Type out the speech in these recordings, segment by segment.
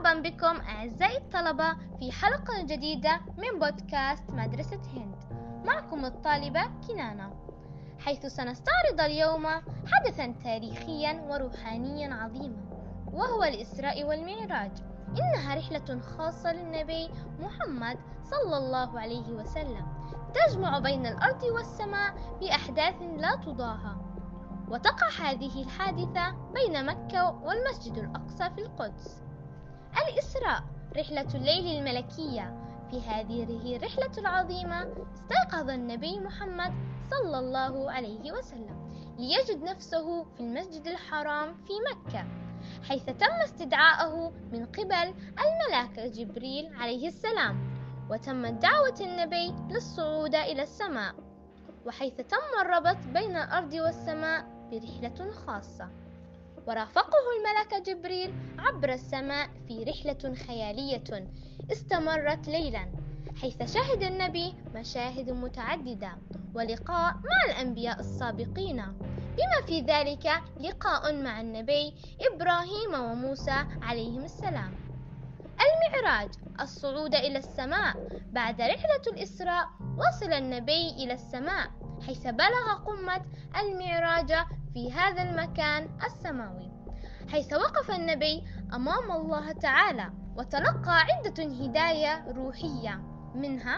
مرحبا بكم أعزائي الطلبة في حلقة جديدة من بودكاست مدرسة هند. معكم الطالبة كنانة، حيث سنستعرض اليوم حدثا تاريخيا وروحانيا عظيما، وهو الإسراء والمعراج. إنها رحلة خاصة للنبي محمد صلى الله عليه وسلم، تجمع بين الأرض والسماء بأحداث لا تضاهى. وتقع هذه الحادثة بين مكة والمسجد الأقصى في القدس. الإسراء رحلة الليل الملكية. في هذه الرحلة العظيمة استيقظ النبي محمد صلى الله عليه وسلم ليجد نفسه في المسجد الحرام في مكة، حيث تم استدعاءه من قبل الملاك جبريل عليه السلام، وتمت دعوة النبي للصعود إلى السماء، وحيث تم الربط بين الأرض والسماء برحلة خاصة. ورافقه الملك جبريل عبر السماء في رحلة خيالية استمرت ليلا، حيث شهد النبي مشاهد متعددة ولقاء مع الأنبياء السابقين، بما في ذلك لقاء مع النبي إبراهيم وموسى عليهم السلام. المعراج الصعود إلى السماء. بعد رحلة الإسراء وصل النبي إلى السماء، حيث بلغ قمة المعراج في هذا المكان السماوي، حيث وقف النبي أمام الله تعالى وتلقى عدة هدايا روحية، منها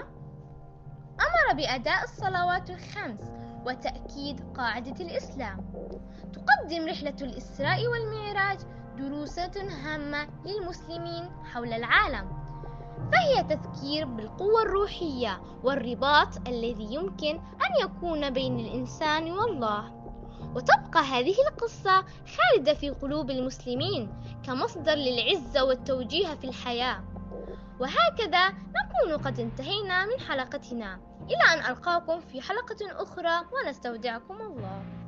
أمر بأداء الصلوات الخمس وتأكيد قاعدة الإسلام. تقدم رحلة الإسراء والمعراج دروسات هامة للمسلمين حول العالم، فهي تذكير بالقوة الروحية والرباط الذي يمكن أن يكون بين الإنسان والله. وتبقى هذه القصة خالدة في قلوب المسلمين كمصدر للعزة والتوجيه في الحياة. وهكذا نكون قد انتهينا من حلقتنا، إلى أن ألقاكم في حلقة أخرى ونستودعكم الله.